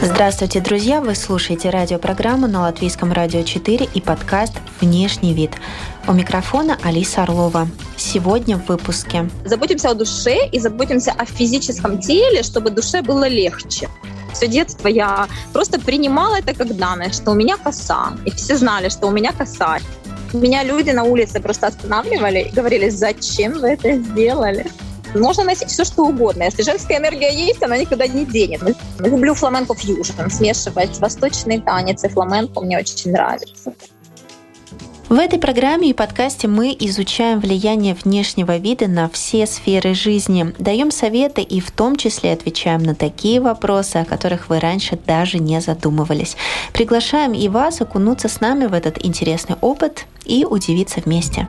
Здравствуйте, друзья! Вы слушаете радиопрограмму на Латвийском радио 4 и подкаст «Внешний вид». У микрофона Алиса Орлова. Сегодня в выпуске. Заботимся о душе и заботимся о физическом теле, чтобы душе было легче. Все детство я просто принимала это как данное, что у меня коса. И все знали, что у меня коса. Меня люди на улице просто останавливали и говорили: зачем вы это сделали? Можно носить все, что угодно. Если женская энергия есть, она никуда не денет. Люблю фламенко фьюжн, смешивать восточные танец и фламенко мне очень нравится. В этой программе и подкасте мы изучаем влияние внешнего вида на все сферы жизни, даем советы и в том числе отвечаем на такие вопросы, о которых вы раньше даже не задумывались. Приглашаем и вас окунуться с нами в этот интересный опыт и удивиться вместе.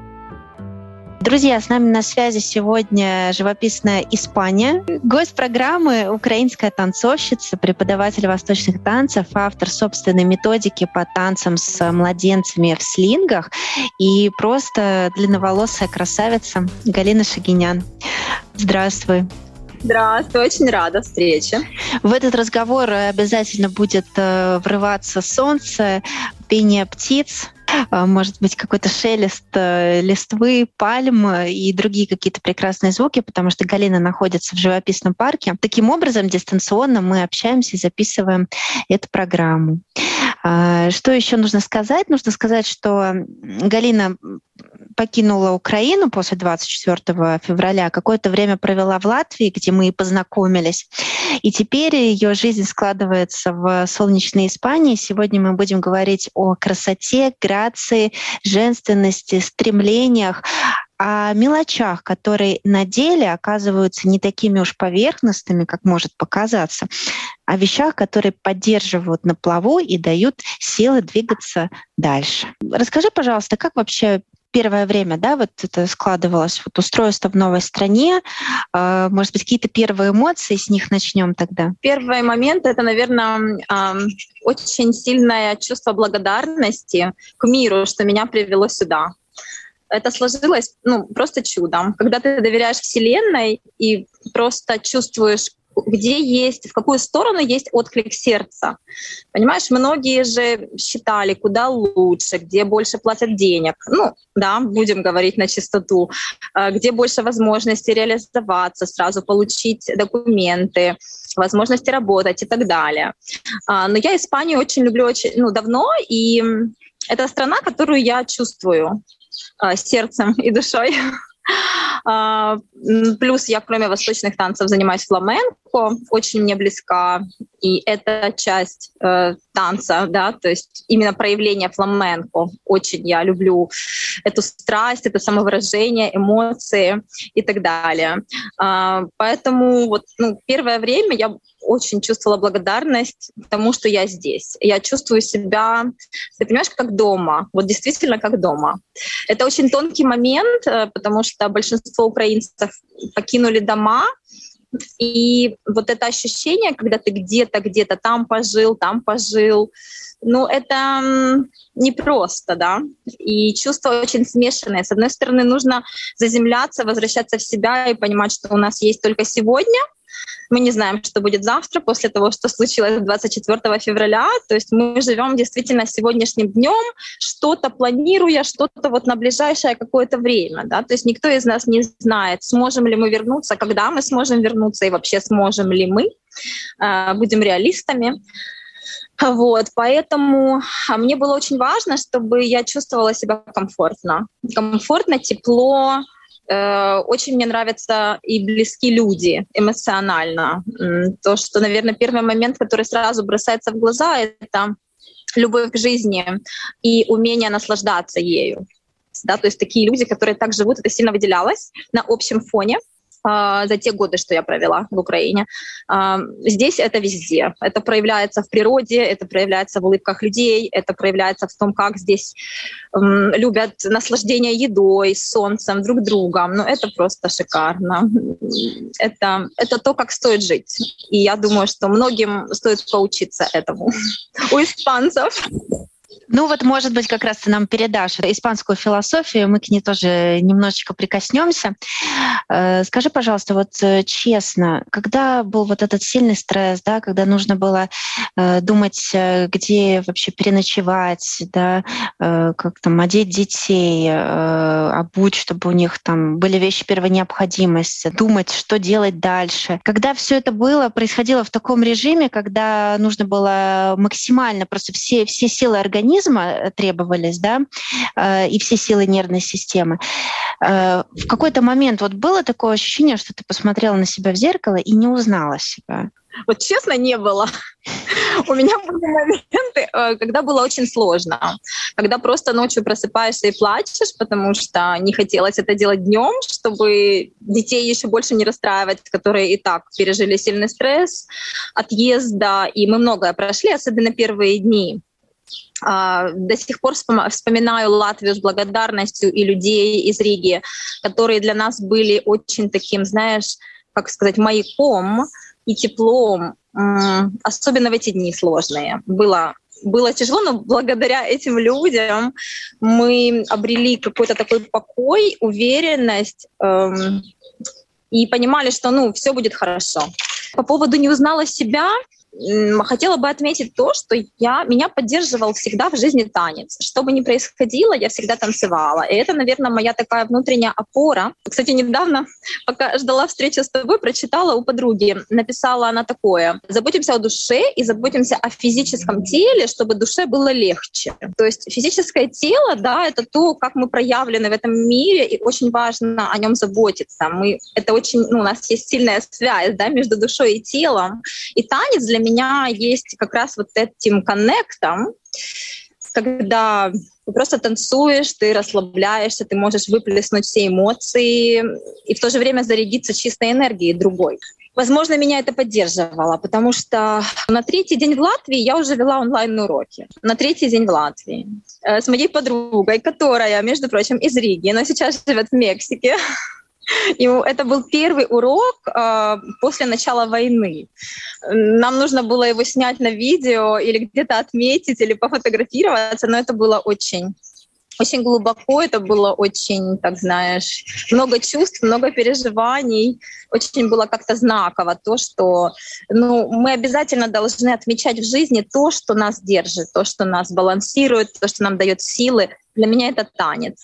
Друзья, с нами на связи сегодня живописная Испания. Гость программы — украинская танцовщица, преподаватель восточных танцев, автор собственной методики по танцам с младенцами в слингах и просто длинноволосая красавица Галина Шагинян. Здравствуй. Здравствуй, очень рада встрече. В этот разговор обязательно будет врываться солнце, пение птиц, может быть, какой-то шелест листвы, пальм и другие какие-то прекрасные звуки, потому что Галина находится в живописном парке. Таким образом, дистанционно мы общаемся и записываем эту программу. Что еще нужно сказать? Нужно сказать, что Галина покинула Украину после 24 февраля, какое-то время провела в Латвии, где мы и познакомились. И теперь ее жизнь складывается в солнечной Испании. Сегодня мы будем говорить о красоте, грации, женственности, стремлениях, о мелочах, которые на деле оказываются не такими уж поверхностными, как может показаться, о вещах, которые поддерживают на плаву и дают силы двигаться дальше. Расскажи, пожалуйста, как вообще первое время, вот это складывалось, устройство в новой стране, может быть, какие-то первые эмоции, с них начнем тогда? Первый момент — это, наверное, очень сильное чувство благодарности к миру, что меня привело сюда. Это сложилось просто чудом. Когда ты доверяешь Вселенной и просто чувствуешь, где есть, в какую сторону есть отклик сердца. Понимаешь, многие же считали, куда лучше, где больше платят денег. Будем говорить на чистоту. Где больше возможностей реализоваться, сразу получить документы, возможности работать и так далее. Но я Испанию очень люблю давно, и это страна, которую я чувствую сердцем и душой. Плюс я, кроме восточных танцев, занимаюсь фламенко, очень мне близка и эта часть танца, то есть именно проявление фламенко. Очень я люблю эту страсть, это самовыражение, эмоции и так далее. Поэтому первое время я очень чувствовала благодарность тому, что я здесь. Я чувствую себя, ты понимаешь, как дома, действительно как дома. Это очень тонкий момент, потому что большинство украинцев покинули дома, и это ощущение, когда ты где-то там пожил, это непросто, и чувства очень смешанные. С одной стороны, нужно заземляться, возвращаться в себя и понимать, что у нас есть только сегодня. Мы не знаем, что будет завтра, после того, что случилось 24 февраля. То есть мы живем действительно сегодняшним днем, что-то планируя, что-то на ближайшее какое-то время. То есть никто из нас не знает, сможем ли мы вернуться, когда мы сможем вернуться и вообще сможем ли мы. Будем реалистами. Поэтому мне было очень важно, чтобы я чувствовала себя комфортно. Комфортно, тепло. Очень мне нравятся и близкие люди эмоционально. То, что, наверное, первый момент, который сразу бросается в глаза, это любовь к жизни и умение наслаждаться ею. То есть такие люди, которые так живут, это сильно выделялось на общем фоне за те годы, что я провела в Украине. Здесь это везде. Это проявляется в природе, это проявляется в улыбках людей, это проявляется в том, как здесь любят наслаждение едой, солнцем, друг другом. Это просто шикарно. Это то, как стоит жить. И я думаю, что многим стоит поучиться этому у испанцев. Ну вот, может быть, как раз ты нам передашь испанскую философию, мы к ней тоже немножечко прикоснемся. Скажи, пожалуйста, вот честно, когда был вот этот сильный стресс, да, когда нужно было думать, где вообще переночевать, да, как там одеть детей, обуть, чтобы у них там были вещи первой необходимости, думать, что делать дальше. Когда все это происходило в таком режиме, когда нужно было максимально, просто все силы организма требовались, да, и все силы нервной системы. В какой-то момент вот было такое ощущение, что ты посмотрела на себя в зеркало и не узнала себя? Вот честно, не было. У меня были моменты, когда было очень сложно. Когда просто ночью просыпаешься и плачешь, потому что не хотелось это делать днем, чтобы детей еще больше не расстраивать, которые и так пережили сильный стресс отъезда. И мы многое прошли, особенно первые дни. До сих пор вспоминаю Латвию с благодарностью и людей из Риги, которые для нас были очень таким, знаешь, как сказать, маяком и теплом, особенно в эти дни сложные. Было тяжело, но благодаря этим людям мы обрели какой-то такой покой, уверенность и понимали, что все будет хорошо. По поводу «не узнала себя», хотела бы отметить то, что меня поддерживал всегда в жизни танец. Что бы ни происходило, я всегда танцевала. И это, наверное, моя такая внутренняя опора. Кстати, недавно, пока ждала встречи с тобой, прочитала у подруги. Написала она такое: «Заботимся о душе и заботимся о физическом теле, чтобы душе было легче». То есть физическое тело, да, это то, как мы проявлены в этом мире, и очень важно о нем заботиться. Это очень, у нас есть сильная связь, да, между душой и телом. И танец для меня есть как раз вот этим коннектом, когда ты просто танцуешь, ты расслабляешься, ты можешь выплеснуть все эмоции и в то же время зарядиться чистой энергией другой. Возможно, меня это поддерживало, потому что на третий день в Латвии я уже вела онлайн-уроки. На третий день в Латвии с моей подругой, которая, между прочим, из Риги, но сейчас живет в Мексике. И это был первый урок после начала войны. Нам нужно было его снять на видео или где-то отметить, или пофотографироваться, но это было очень, очень глубоко, это было очень, так знаешь, много чувств, много переживаний. Очень было как-то знаково то, что мы обязательно должны отмечать в жизни то, что нас держит, то, что нас балансирует, то, что нам дает силы. Для меня это танец.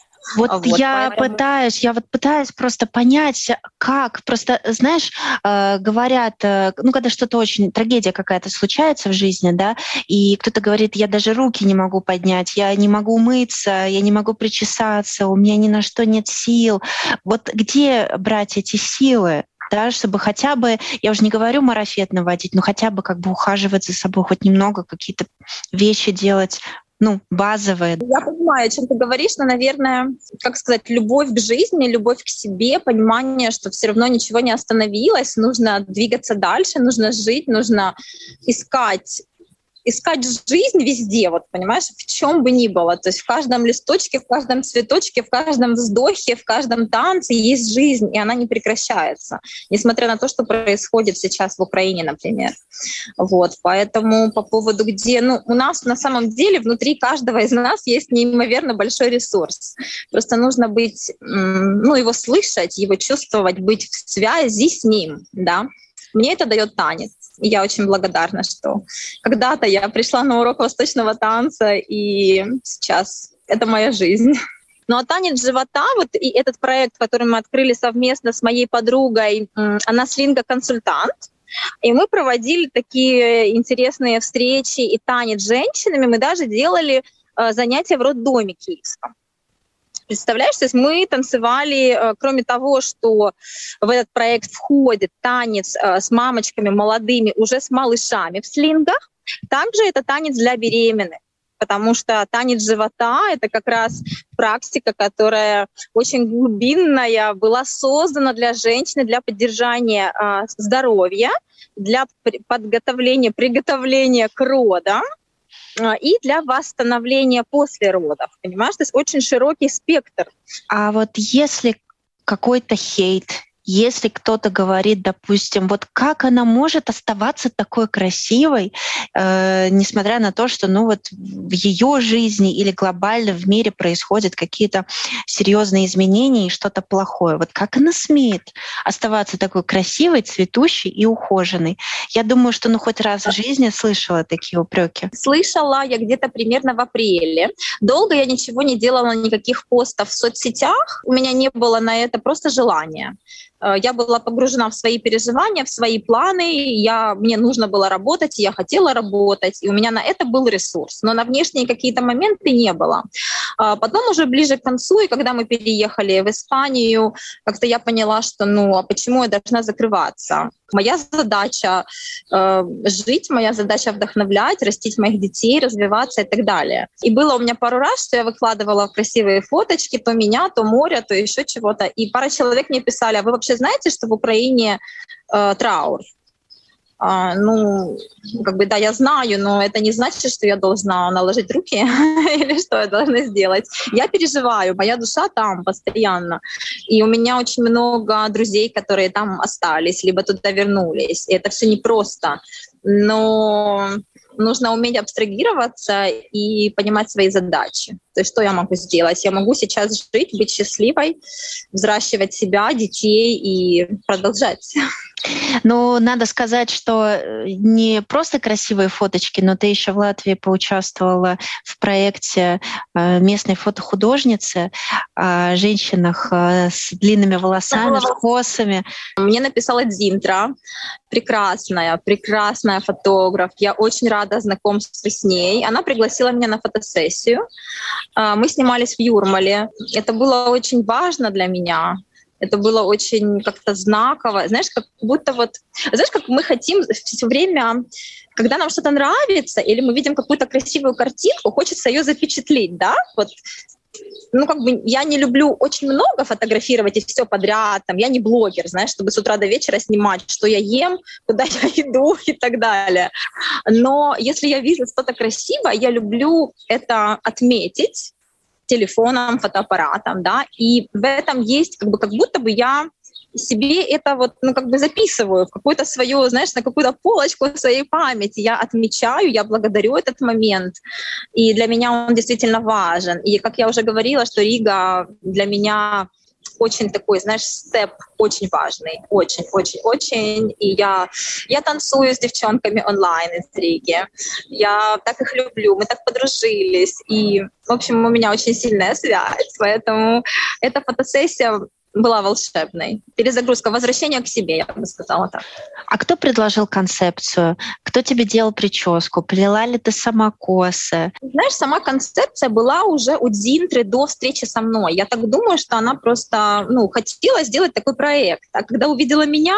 Я пытаюсь просто понять, как. Просто, знаешь, говорят, когда что-то очень, трагедия какая-то случается в жизни, да, и кто-то говорит: я даже руки не могу поднять, я не могу умыться, я не могу причесаться, у меня ни на что нет сил. Вот где брать эти силы? Да, чтобы хотя бы, я уже не говорю марафет наводить, но хотя бы как бы ухаживать за собой, хоть немного какие-то вещи делать, базовые. Я понимаю, о чем ты говоришь, но, наверное, как сказать, любовь к жизни, любовь к себе, понимание, что все равно ничего не остановилось, нужно двигаться дальше, нужно жить, нужно искать жизнь везде, понимаешь, в чем бы ни было. То есть в каждом листочке, в каждом цветочке, в каждом вздохе, в каждом танце есть жизнь, и она не прекращается, несмотря на то, что происходит сейчас в Украине, например. Поэтому по поводу где... у нас на самом деле внутри каждого из нас есть неимоверно большой ресурс. Просто нужно быть, его слышать, его чувствовать, быть в связи с ним, да. Мне это дает танец. И я очень благодарна, что когда-то я пришла на урок восточного танца, и сейчас это моя жизнь. Ну а танец живота, и этот проект, который мы открыли совместно с моей подругой, она слинго-консультант, и мы проводили такие интересные встречи и танец с женщинами. Мы даже делали занятия в роддоме киевском. Представляешь, то есть мы танцевали, кроме того, что в этот проект входит танец с мамочками молодыми, уже с малышами в слингах, также это танец для беременных, потому что танец живота — это как раз практика, которая очень глубинная, была создана для женщины, для поддержания здоровья, для приготовления к родам, и для восстановления после родов, понимаешь? То есть очень широкий спектр. А вот если какой-то хейт, если кто-то говорит, допустим, вот как она может оставаться такой красивой, несмотря на то, что в ее жизни или глобально в мире происходят какие-то серьезные изменения и что-то плохое. Вот как она смеет оставаться такой красивой, цветущей и ухоженной? Я думаю, что хоть раз в жизни слышала такие упреки. Слышала я где-то примерно в апреле. Долго я ничего не делала, никаких постов в соцсетях. У меня не было на это просто желания. Я была погружена в свои переживания, в свои планы. Мне нужно было работать, я хотела работать, и у меня на это был ресурс. Но на внешние какие-то моменты не было. Потом уже ближе к концу, и когда мы переехали в Испанию, как-то я поняла, что а почему я должна закрываться? Моя задача жить, моя задача вдохновлять, растить моих детей, развиваться и так далее. И было у меня пару раз, что я выкладывала красивые фоточки, то меня, то море, то еще чего-то. И пара человек мне писали: а вы вообще знаете, что в Украине траур? Да, я знаю, но это не значит, что я должна наложить руки или что я должна сделать. Я переживаю, моя душа там постоянно. И у меня очень много друзей, которые там остались, либо туда вернулись. И это все непросто. Но нужно уметь абстрагироваться и понимать свои задачи. То есть что я могу сделать? Я могу сейчас жить, быть счастливой, взращивать себя, детей и продолжать. Но надо сказать, что не просто красивые фоточки, но ты еще в Латвии поучаствовала в проекте местной фотохудожницы о женщинах с длинными волосами, с косами. Мне написала Дзинтра, прекрасная фотограф. Я очень рада знакомству с ней. Она пригласила меня на фотосессию. Мы снимались в Юрмале. Это было очень важно для меня. Это было очень как-то знаково. Знаешь, как мы хотим все время, когда нам что-то нравится, или мы видим какую-то красивую картинку, хочется ее запечатлеть, да? Я не люблю очень много фотографировать и все подряд. Я не блогер, знаешь, чтобы с утра до вечера снимать, что я ем, куда я иду и так далее. Но если я вижу что-то красивое, я люблю это отметить телефоном, фотоаппаратом, да, и в этом есть как будто бы я себе это записываю в какую-то свою, знаешь, на какую-то полочку своей памяти. Я отмечаю, я благодарю этот момент, и для меня он действительно важен. И, как я уже говорила, что Рига для меня очень такой, знаешь, степ очень важный, очень. И я танцую с девчонками онлайн из Риги. Я так их люблю, мы так подружились. И, в общем, у меня очень сильная связь. Поэтому эта фотосессия была волшебной. Перезагрузка, возвращение к себе, я бы сказала так. А кто предложил концепцию? Кто тебе делал прическу? Плела ли ты сама косы? Знаешь, сама концепция была уже у Дзинтры до встречи со мной. Я так думаю, что она просто хотела сделать такой проект. А когда увидела меня,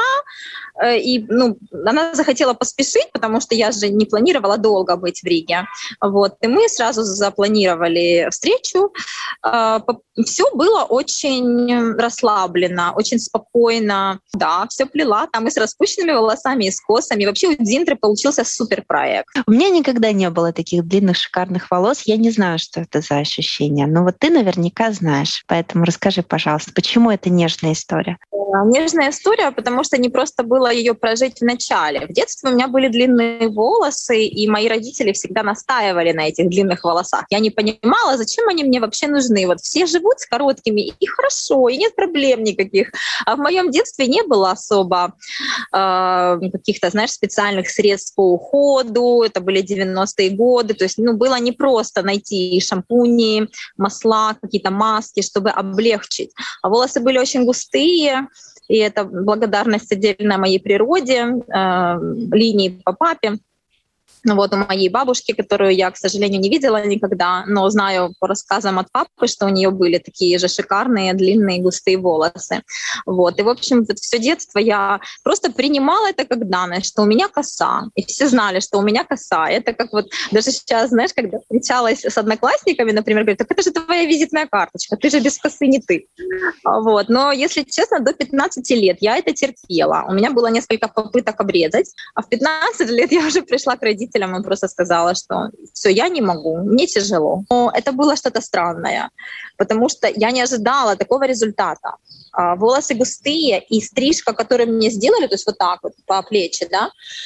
она захотела поспешить, потому что я же не планировала долго быть в Риге. И мы сразу запланировали встречу. Все было очень расслабленно, очень спокойно. Да, все плела там и с распущенными волосами, и с косами. И вообще у Дзинтры получился суперпроект. У меня никогда не было таких длинных шикарных волос. Я не знаю, что это за ощущение. Но ты наверняка знаешь. Поэтому расскажи, пожалуйста, почему это нежная история? Нежная история, потому что не просто было ее прожить в начале. В детстве у меня были длинные волосы, и мои родители всегда настаивали на этих длинных волосах. Я не понимала, зачем они мне вообще нужны. Все живут с короткими, и хорошо, и нет проблем никаких. А в моем детстве не было особо каких-то, знаешь, специальных средств по уходу. Это были 90-е годы. То есть, было непросто найти шампуни, масла, какие-то маски, чтобы облегчить. А волосы были очень густые, и это благодарность отдельно моей природе, линии по папе. У моей бабушки, которую я, к сожалению, не видела никогда, но знаю по рассказам от папы, что у нее были такие же шикарные, длинные, густые волосы. И, в общем, все детство я просто принимала это как данность, что у меня коса. И все знали, что у меня коса. Это как даже сейчас, знаешь, когда встречалась с одноклассниками, например, говорят: так это же твоя визитная карточка, ты же без косы не ты. Но, если честно, до 15 лет я это терпела. У меня было несколько попыток обрезать, а в 15 лет я уже пришла к родителям родителям и просто сказала, что все, я не могу, мне тяжело. Но это было что-то странное, потому что я не ожидала такого результата. Волосы густые, и стрижка, которую мне сделали, то есть вот так вот по плечи, да,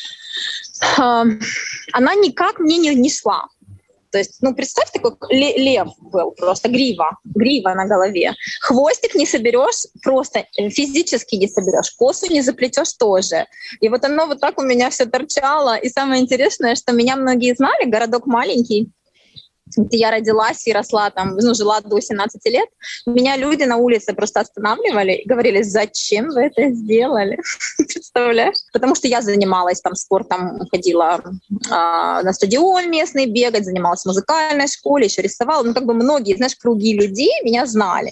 она никак мне не шла. То есть, представь, такой лев был, просто грива на голове. Хвостик не соберешь, просто физически не соберешь, косу не заплетешь тоже. И вот оно вот так у меня все торчало. И самое интересное, что меня многие знали, городок маленький, где я родилась и росла там, жила до 17 лет, меня люди на улице просто останавливали и говорили: зачем вы это сделали? Представляешь? Потому что я занималась там спортом, ходила на стадион местный бегать, занималась в музыкальной школе, еще рисовала. Многие, знаешь, круги людей меня знали.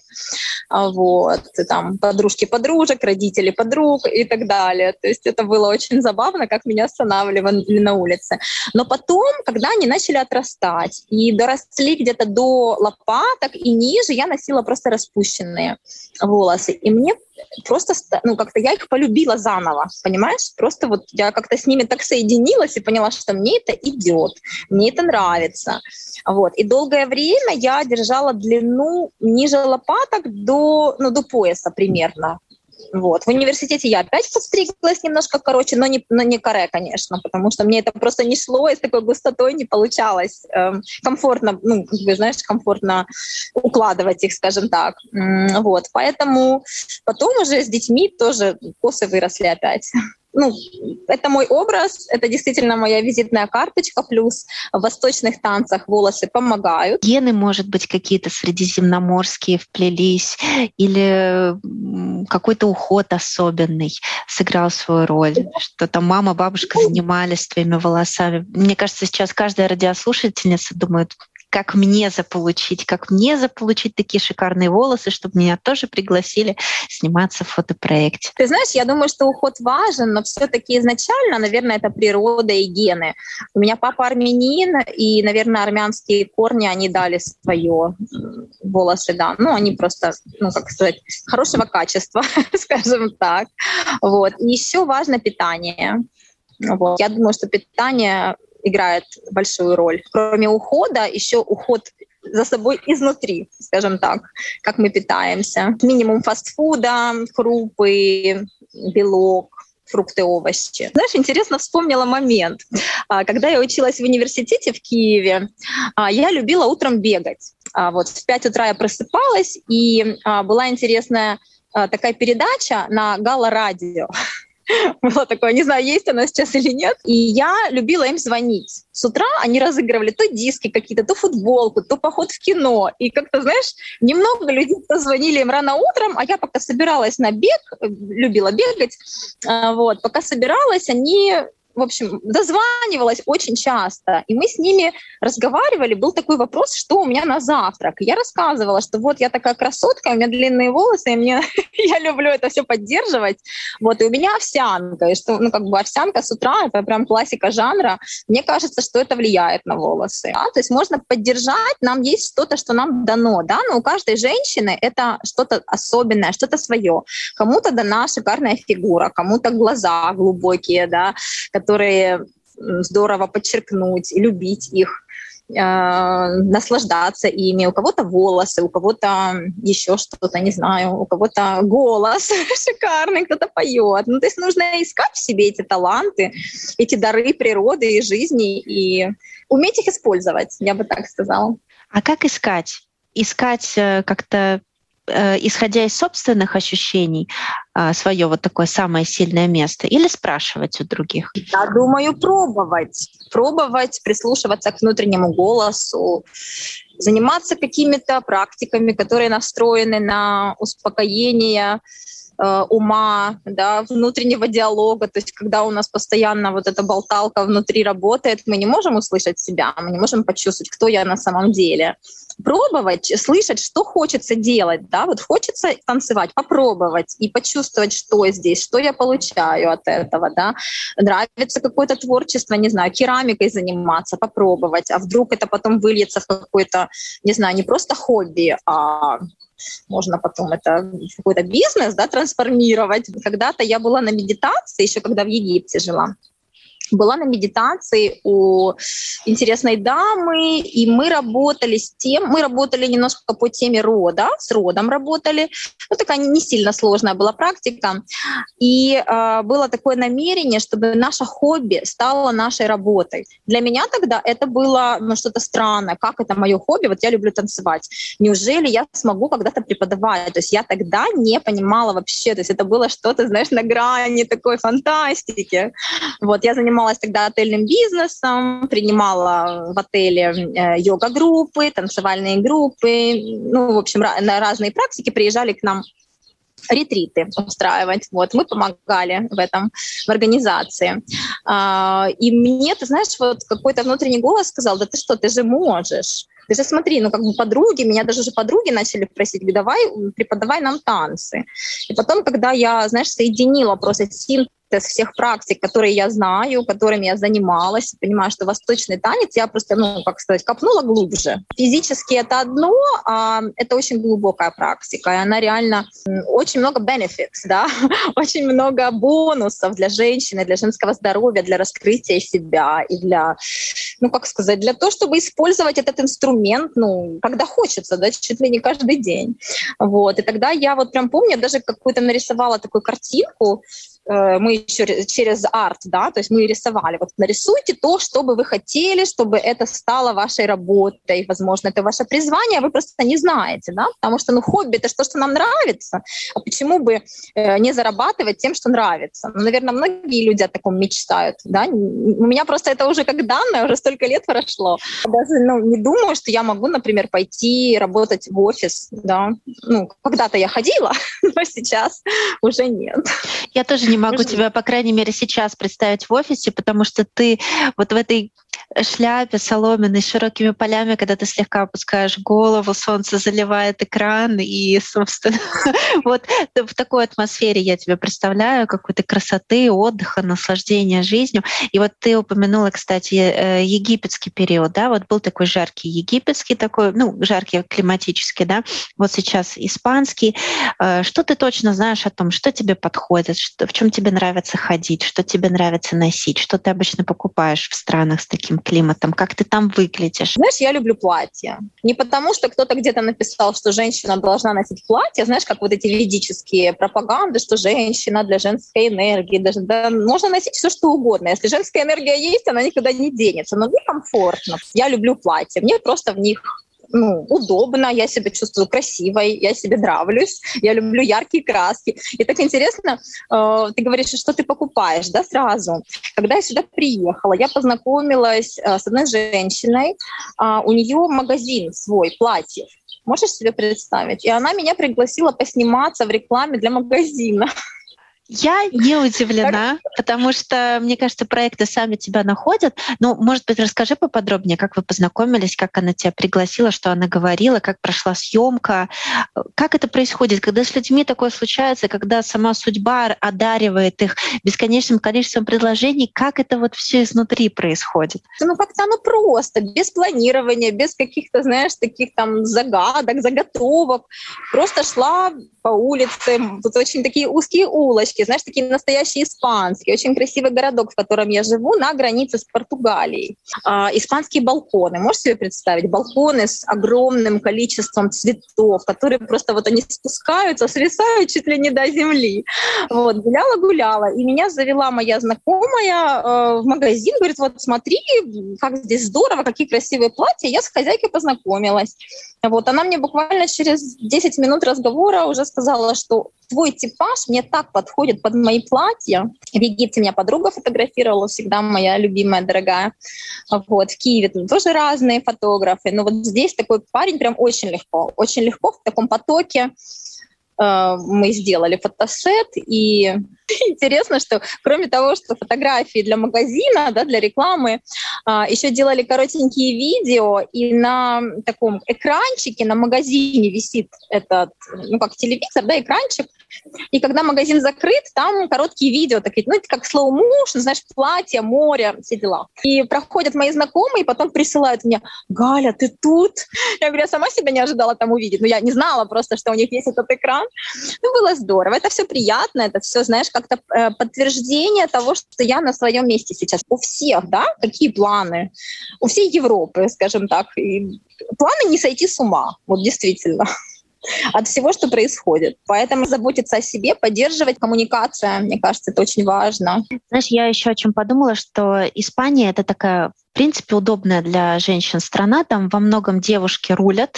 Вот. И там подружки подружек, родители подруг и так далее. То есть это было очень забавно, как меня останавливали на улице. Но потом, когда они начали отрастать и доросли где-то до лопаток и ниже, я носила просто распущенные волосы. И мне просто, как-то я их полюбила заново, понимаешь? Просто вот я как-то с ними так соединилась и поняла, что мне это идет, мне это нравится. Вот. И долгое время я держала длину ниже лопаток до пояса примерно. Вот. В университете я опять подстриглась немножко короче, но не каре, конечно, потому что мне это просто не шло, и с такой густотой не получалось комфортно, комфортно укладывать их, скажем так. Вот. Поэтому потом уже с детьми тоже косы выросли опять. Это мой образ, это действительно моя визитная карточка, плюс в восточных танцах волосы помогают. Гены, может быть, какие-то средиземноморские вплелись, или какой-то уход особенный сыграл свою роль, что там мама, бабушка занимались твоими волосами. Мне кажется, сейчас каждая радиослушательница думает: как мне заполучить такие шикарные волосы, чтобы меня тоже пригласили сниматься в фотопроекте. Ты знаешь, я думаю, что уход важен, но все-таки изначально, наверное, это природа и гены. У меня папа армянин, и, наверное, армянские корни, они дали свое волосы, да. Они просто, хорошего качества, скажем так. Вот. И еще важно питание. Вот. Я думаю, что питание играет большую роль. Кроме ухода, еще уход за собой изнутри, скажем так, как мы питаемся. Минимум фастфуда, крупы, белок, фрукты, овощи. Знаешь, интересно вспомнила момент. Когда я училась в университете в Киеве, я любила утром бегать. Вот в 5 утра я просыпалась, и была интересная такая передача на Гала-радио. Было такое, не знаю, есть она сейчас или нет. И я любила им звонить. С утра они разыгрывали то диски какие-то, то футболку, то поход в кино. И как-то, знаешь, немного людей позвонили им рано утром, а я пока собиралась на бег, любила бегать, вот, пока собиралась, они... В общем, дозванивалась очень часто, и мы с ними разговаривали. Был такой вопрос, что у меня на завтрак. И я рассказывала, что вот я такая красотка, у меня длинные волосы, и я люблю это все поддерживать. Вот, и у меня овсянка, и что, овсянка с утра, это прям классика жанра. Мне кажется, что это влияет на волосы. Да? То есть можно поддержать, нам есть что-то, что нам дано, да, но у каждой женщины это что-то особенное, что-то свое. Кому-то дана шикарная фигура, кому-то глаза глубокие, да, которые здорово подчеркнуть, любить их, наслаждаться ими. У кого-то волосы, у кого-то еще что-то, не знаю, у кого-то голос шикарный, кто-то поет. То есть нужно искать в себе эти таланты, эти дары природы и жизни и уметь их использовать, я бы так сказала. А как искать? Искать как-то исходя из собственных ощущений, свое вот такое самое сильное место, или спрашивать у других? Я думаю, пробовать, прислушиваться к внутреннему голосу, заниматься какими-то практиками, которые настроены на успокоение ума, да, внутреннего диалога. То есть когда у нас постоянно вот эта болталка внутри работает, мы не можем услышать себя, мы не можем почувствовать, кто я на самом деле. Пробовать, слышать, что хочется делать, да, вот хочется танцевать, попробовать и почувствовать, что здесь, что я получаю от этого, да. Нравится какое-то творчество, не знаю, керамикой заниматься, попробовать, а вдруг это потом выльется в какой-то, не знаю, не просто хобби, а можно потом это в какой-то бизнес, да, трансформировать. Когда-то я была на медитации, еще когда в Египте жила. была на медитации у интересной дамы, и мы работали немножко по теме рода, с родом работали. Ну, такая не сильно сложная была практика. И было такое намерение, чтобы наше хобби стало нашей работой. Для меня тогда это было что-то странное. Как это мое хобби? Вот я люблю танцевать. Неужели я смогу когда-то преподавать? То есть я тогда не понимала вообще. То есть это было что-то, знаешь, на грани такой фантастики. Вот, я занималась тогда отельным бизнесом, принимала в отеле йога-группы, танцевальные группы. Ну, в общем, на разные практики приезжали к нам ретриты устраивать. Вот, мы помогали в этом, в организации. И мне, ты знаешь, вот какой-то внутренний голос сказал: да ты что, ты же можешь. Ты же смотри, ну как бы подруги, меня даже уже подруги начали просить: давай, преподавай нам танцы. И потом, когда я, знаешь, соединила просто синтез всех практик, которые я знаю, которыми я занималась, понимаю, что восточный танец, я просто, копнула глубже. Физически это одно, а это очень глубокая практика, и она реально очень много benefits, да, очень много бонусов для женщины, для женского здоровья, для раскрытия себя и для, для того, чтобы использовать этот инструмент, когда хочется, да, чуть ли не каждый день. Вот. И тогда я вот прям помню, даже какую-то нарисовала такую картинку, мы еще через арт, да, то есть мы рисовали. Вот нарисуйте то, что бы вы хотели, чтобы это стало вашей работой. Возможно, это ваше призвание, вы просто не знаете, да, потому что, хобби — это то, что нам нравится. А почему бы не зарабатывать тем, что нравится? Наверное, многие люди о таком мечтают, да. У меня просто это уже как данное, уже столько лет прошло. Даже, не думаю, что я могу, например, пойти работать в офис, да. Когда-то я ходила, но сейчас уже нет. Я тоже не могу тебя, по крайней мере, сейчас представить в офисе, потому что ты вот в этой шляпе соломенной с широкими полями, когда ты слегка опускаешь голову, солнце заливает экран, и, собственно, вот в такой атмосфере я тебя представляю, какой-то красоты, отдыха, наслаждения жизнью. И вот ты упомянула, кстати, египетский период, да, вот был такой жаркий египетский, такой, жаркий климатический, да, вот сейчас испанский. Что ты точно знаешь о том, что тебе подходит, в чем тебе нравится ходить, что тебе нравится носить, что ты обычно покупаешь в странах с таким климатом, как ты там выглядишь? Знаешь, я люблю платья. Не потому, что кто-то где-то написал, что женщина должна носить платье, знаешь, как вот эти ведические пропаганды, что женщина для женской энергии, даже, да, можно носить все что угодно. Если женская энергия есть, она никуда не денется. Но мне комфортно. Я люблю платья. Мне просто в них удобно, я себя чувствую красивой, я себе нравлюсь, я люблю яркие краски. И так интересно, ты говоришь, что ты покупаешь, да, сразу. Когда я сюда приехала, я познакомилась с одной женщиной, у нее магазин свой, платьев. Можешь себе представить? И она меня пригласила посниматься в рекламе для магазина. Я не удивлена, потому что, мне кажется, проекты сами тебя находят. Может быть, расскажи поподробнее, как вы познакомились, как она тебя пригласила, что она говорила, как прошла съемка, как это происходит, когда с людьми такое случается, когда сама судьба одаривает их бесконечным количеством предложений, как это вот все изнутри происходит? Как-то оно просто, без планирования, без каких-то, знаешь, таких там загадок, заготовок. Просто шла по улице, тут очень такие узкие улочки, знаешь, такие настоящие испанские, очень красивый городок, в котором я живу, на границе с Португалией. Испанские балконы, можешь себе представить? Балконы с огромным количеством цветов, которые просто вот они спускаются, свисают чуть ли не до земли. Вот, гуляла, и меня завела моя знакомая в магазин, говорит: вот смотри, как здесь здорово, какие красивые платья. Я с хозяйкой познакомилась. Вот, она мне буквально через 10 минут разговора уже сказала, что твой типаж мне так подходит под мои платья. В Египте меня подруга фотографировала, всегда моя любимая, дорогая. Вот, в Киеве тут тоже разные фотографы. Но вот здесь такой парень прям очень легко в таком потоке. Мы сделали фотосет, и интересно, что кроме того, что фотографии для магазина, да, для рекламы, еще делали коротенькие видео, и на таком экранчике на магазине висит этот, как телевизор, да, экранчик, И когда магазин закрыт, там короткие видео, такие, ну, как slow motion, знаешь, платье, море, все дела. И проходят мои знакомые, и потом присылают мне: «Галя, ты тут?» Я говорю, я сама себя не ожидала там увидеть, но я не знала просто, что у них есть этот экран. Ну, было здорово. Это все приятно, это все, знаешь, как-то подтверждение того, что я на своем месте сейчас. У всех, да, какие планы? У всей Европы, скажем так. И планы не сойти с ума, вот действительно, от всего, что происходит. Поэтому заботиться о себе, поддерживать коммуникацию, мне кажется, это очень важно. Знаешь, я еще о чем подумала, что Испания — это такая, в принципе, удобная для женщин страна. Там во многом девушки рулят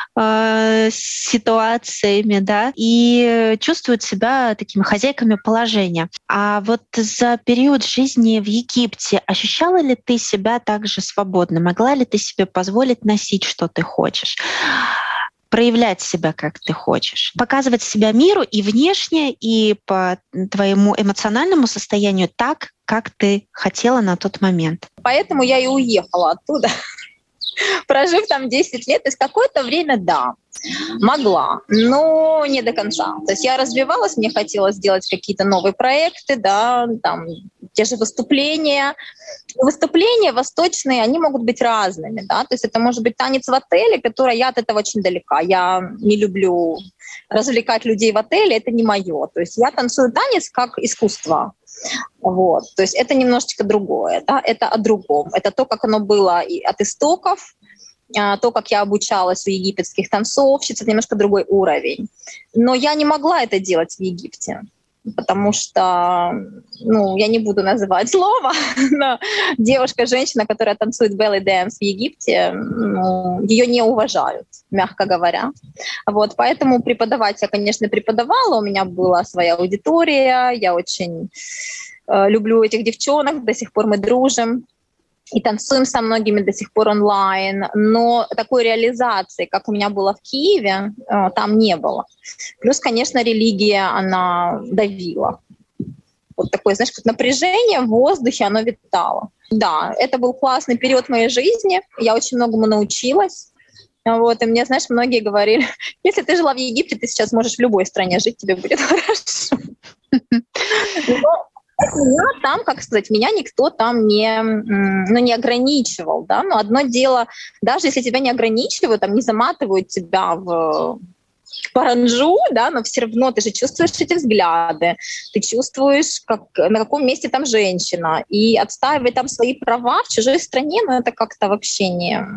ситуациями, да, и чувствуют себя такими хозяйками положения. А вот за период жизни в Египте ощущала ли ты себя также свободно? Могла ли ты себе позволить носить, что ты хочешь? Проявлять себя, как ты хочешь, показывать себя миру и внешне, и по твоему эмоциональному состоянию так, как ты хотела на тот момент. Поэтому я и уехала оттуда, прожив там 10 лет. То есть какое-то время, да, могла, но не до конца. То есть я развивалась, мне хотелось сделать какие-то новые проекты, да, там те же выступления. Выступления восточные, они могут быть разными, да, то есть это может быть танец в отеле, который я от этого очень далека. Я не люблю развлекать людей в отеле, это не мое. То есть я танцую танец как искусство. Вот. То есть это немножечко другое, да, это о другом. Это то, как оно было и от истоков, то, как я обучалась у египетских танцовщиц, это немножко другой уровень. Но я не могла это делать в Египте, потому что, ну, я не буду называть слово, но девушка, женщина, которая танцует belly dance в Египте, ну, ее не уважают, мягко говоря. Вот, поэтому преподавать я, конечно, преподавала, у меня была своя аудитория, я очень люблю этих девчонок, до сих пор мы дружим. И танцуем со многими до сих пор онлайн, но такой реализации, как у меня было в Киеве, там не было. Плюс, конечно, религия, она давила. Вот такое, знаешь, как напряжение в воздухе, оно витало. Да, это был классный период моей жизни, я очень многому научилась. Вот, и мне, знаешь, многие говорили, если ты жила в Египте, ты сейчас можешь в любой стране жить, тебе будет хорошо. Меня там, как сказать, меня никто там не ограничивал, да, но одно дело, даже если тебя не ограничивают, там не заматывают тебя в паранджу, да, но все равно ты же чувствуешь эти взгляды, ты чувствуешь, на каком месте там женщина, и отстаивать там свои права в чужой стране, ну это как-то вообще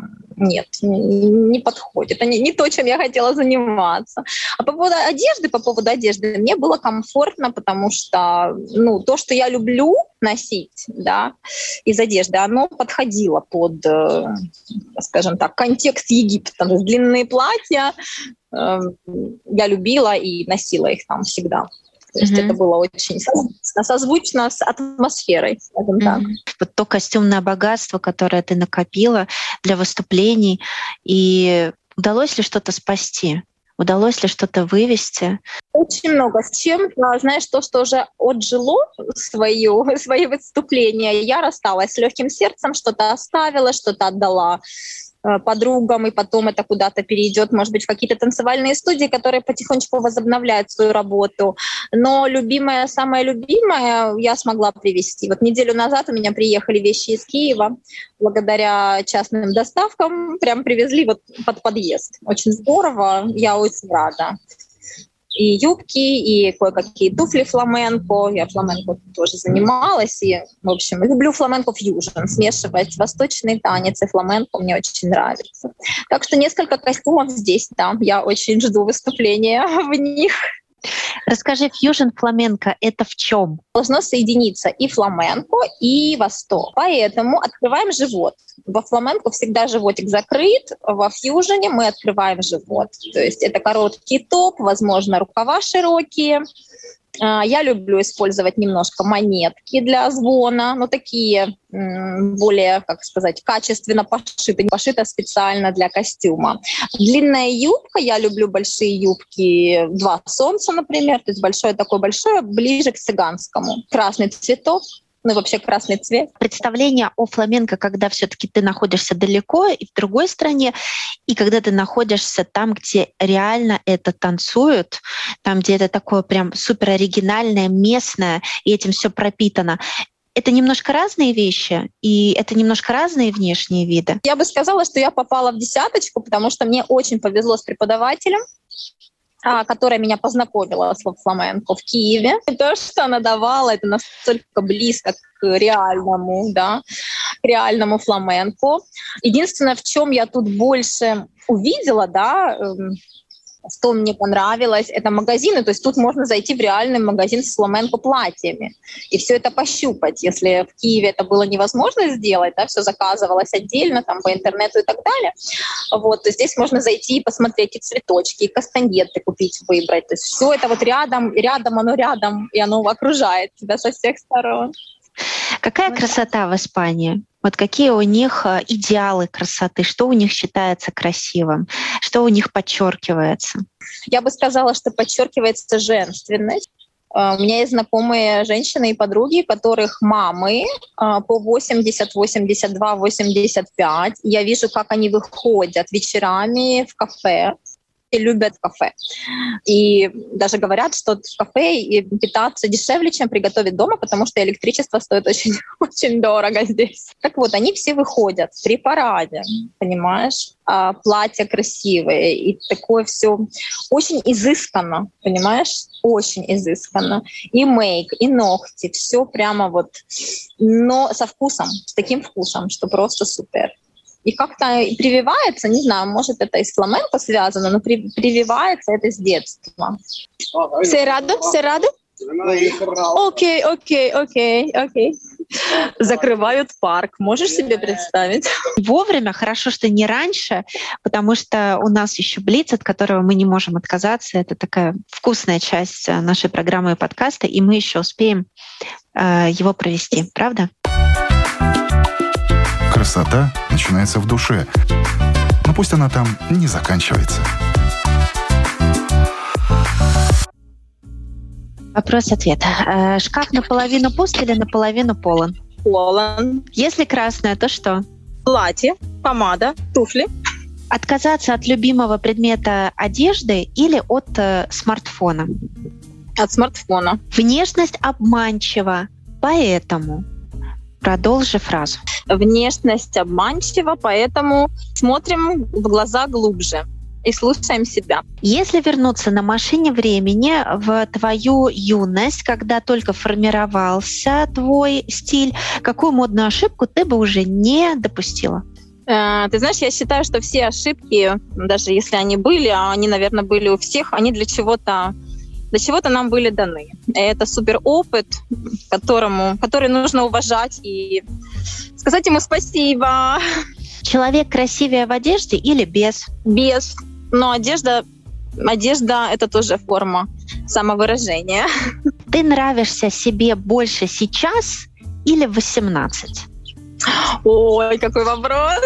не подходит, это не то, чем я хотела заниматься. А по поводу одежды мне было комфортно, потому что, ну, то, что я люблю носить, да, из одежды, оно подходило под, скажем так, контекст Египта, длинные платья, я любила и носила их там всегда. То есть это было очень созвучно с атмосферой, скажем так. Вот то костюмное богатство, которое ты накопила для выступлений, и удалось ли что-то спасти? Удалось ли что-то вывести? Очень много. С чем, знаешь, то, что уже отжило свои выступления, я рассталась с легким сердцем, что-то оставила, что-то отдала подругам, и потом это куда-то перейдет, может быть, в какие-то танцевальные студии, которые потихонечку возобновляют свою работу. Но самое любимое я смогла привезти. Вот неделю назад у меня приехали вещи из Киева, благодаря частным доставкам, прям привезли вот под подъезд. Очень здорово, я очень рада. И юбки, и кое-какие туфли фламенко. Я фламенко тоже занималась. И, в общем, люблю фламенко-фьюжн. Смешивать восточные танец и фламенко мне очень нравится. Так что несколько костюмов здесь, да. Я очень жду выступления в них. Расскажи, фьюжн фламенко — это в чем? Должно соединиться и фламенко, и восток. Поэтому открываем живот. Во фламенко всегда животик закрыт, во фьюжне мы открываем живот. То есть это короткий топ, возможно, рукава широкие. Я люблю использовать немножко монетки для звона, но такие более, как сказать, качественно пошиты, пошито специально для костюма. Длинная юбка, я люблю большие юбки, 2 солнца, например, то есть большое, ближе к цыганскому. Красный цветок, ну и вообще красный цвет. Представление о фламенко, когда все-таки ты находишься далеко и в другой стране, и когда ты находишься там, где реально это танцуют, там, где это такое прям супер оригинальное, местное, и этим все пропитано. Это немножко разные вещи, и это немножко разные внешние виды. Я бы сказала, что я попала в десяточку, потому что мне очень повезло с преподавателем, которая меня познакомила с фламенко в Киеве. И то, что она давала, это настолько близко к реальному, да, к реальному фламенко. Единственное, в чем я тут больше увидела, да, что мне понравилось, это магазины. То есть тут можно зайти в реальный магазин с фламенко-платьями и все это пощупать. Если в Киеве это было невозможно сделать, да, все заказывалось отдельно там, по интернету и так далее, вот, то здесь можно зайти и посмотреть и цветочки, и кастаньеты купить, выбрать. То есть все это вот рядом, и оно окружает тебя со всех сторон. Какая красота в Испании? Вот какие у них идеалы красоты, что у них считается красивым, что у них подчеркивается? Я бы сказала, что подчеркивается женственность. У меня есть знакомые женщины и подруги, которых мамы по 80, 82, 85. Я вижу, как они выходят вечерами в кафе. И любят кафе. И даже говорят, что в кафе питаться дешевле, чем приготовить дома, потому что электричество стоит очень, очень дорого здесь. Так вот, они все выходят при параде, понимаешь? Платья красивые, и такое все очень изысканно, понимаешь? Очень изысканно. И мейк, и ногти, все прямо вот, но со вкусом, с таким вкусом, что просто супер. И как-то прививается, не знаю, может, это и с фламенко связано, но прививается это с детства. Sei rado? Окей. Закрывают парк. Можешь себе представить? Вовремя, хорошо, что не раньше, потому что у нас еще блиц, от которого мы не можем отказаться. Это такая вкусная часть нашей программы и подкаста, и мы еще успеем его провести. Правда? Красота начинается в душе, но пусть она там не заканчивается. Вопрос-ответ. Шкаф наполовину пуст или наполовину полон? Полон. Если красное, то что? Платье, помада, туфли. Отказаться от любимого предмета одежды или от смартфона? От смартфона. Внешность обманчива, поэтому... Продолжи фразу. Внешность обманчива, поэтому смотрим в глаза глубже и слушаем себя. Если вернуться на машине времени в твою юность, когда только формировался твой стиль, какую модную ошибку ты бы уже не допустила? Ты знаешь, я считаю, что все ошибки, даже если они были, а они, наверное, были у всех, они для чего-то нам были даны. Это супер опыт, который нужно уважать и сказать ему спасибо. Человек красивее в одежде или без? Без. Но одежда — это тоже форма самовыражения. Ты нравишься себе больше сейчас или в 18? Ой, какой вопрос.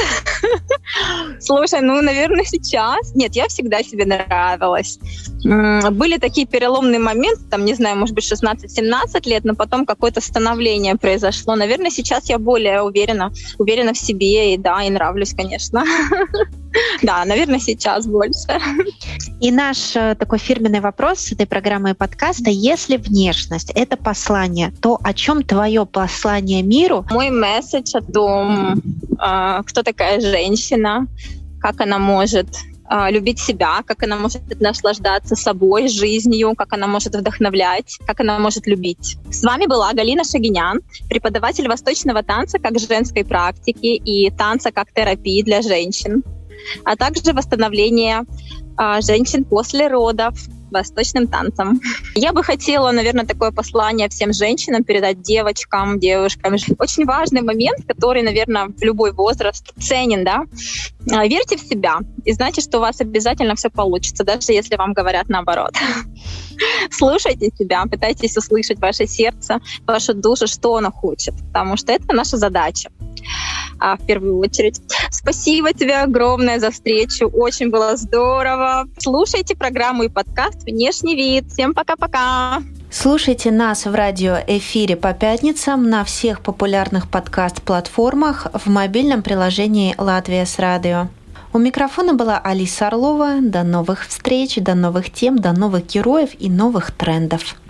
Слушай, наверное, сейчас. Нет, я всегда себе нравилась. Были такие переломные моменты, там, не знаю, может быть, 16-17 лет, но потом какое-то становление произошло. Наверное, сейчас я более уверена в себе, и да, и нравлюсь, конечно. Да, наверное, сейчас больше. И наш такой фирменный вопрос с этой программы и подкаста: если внешность — это послание, то о чем твое послание миру? Мой месседж о том, кто такая женщина, как она может любить себя, как она может наслаждаться собой, жизнью, как она может вдохновлять, как она может любить. С вами была Галина Шагинян, преподаватель восточного танца как женской практики и танца как терапии для женщин, а также восстановление женщин после родов восточным танцем. Я бы хотела, наверное, такое послание всем женщинам передать, девочкам, девушкам. Очень важный момент, который, наверное, в любой возраст ценен, да? Верьте в себя и знайте, что у вас обязательно все получится, даже если вам говорят наоборот. Слушайте себя, пытайтесь услышать ваше сердце, вашу душу, что оно хочет, потому что это наша задача. в первую очередь. Спасибо тебе огромное за встречу. Очень было здорово. Слушайте программу и подкаст «Внешний вид». Всем пока-пока. Слушайте нас в радиоэфире по пятницам на всех популярных подкаст-платформах в мобильном приложении «Латвия с радио». У микрофона была Алиса Орлова. До новых встреч, до новых тем, до новых героев и новых трендов.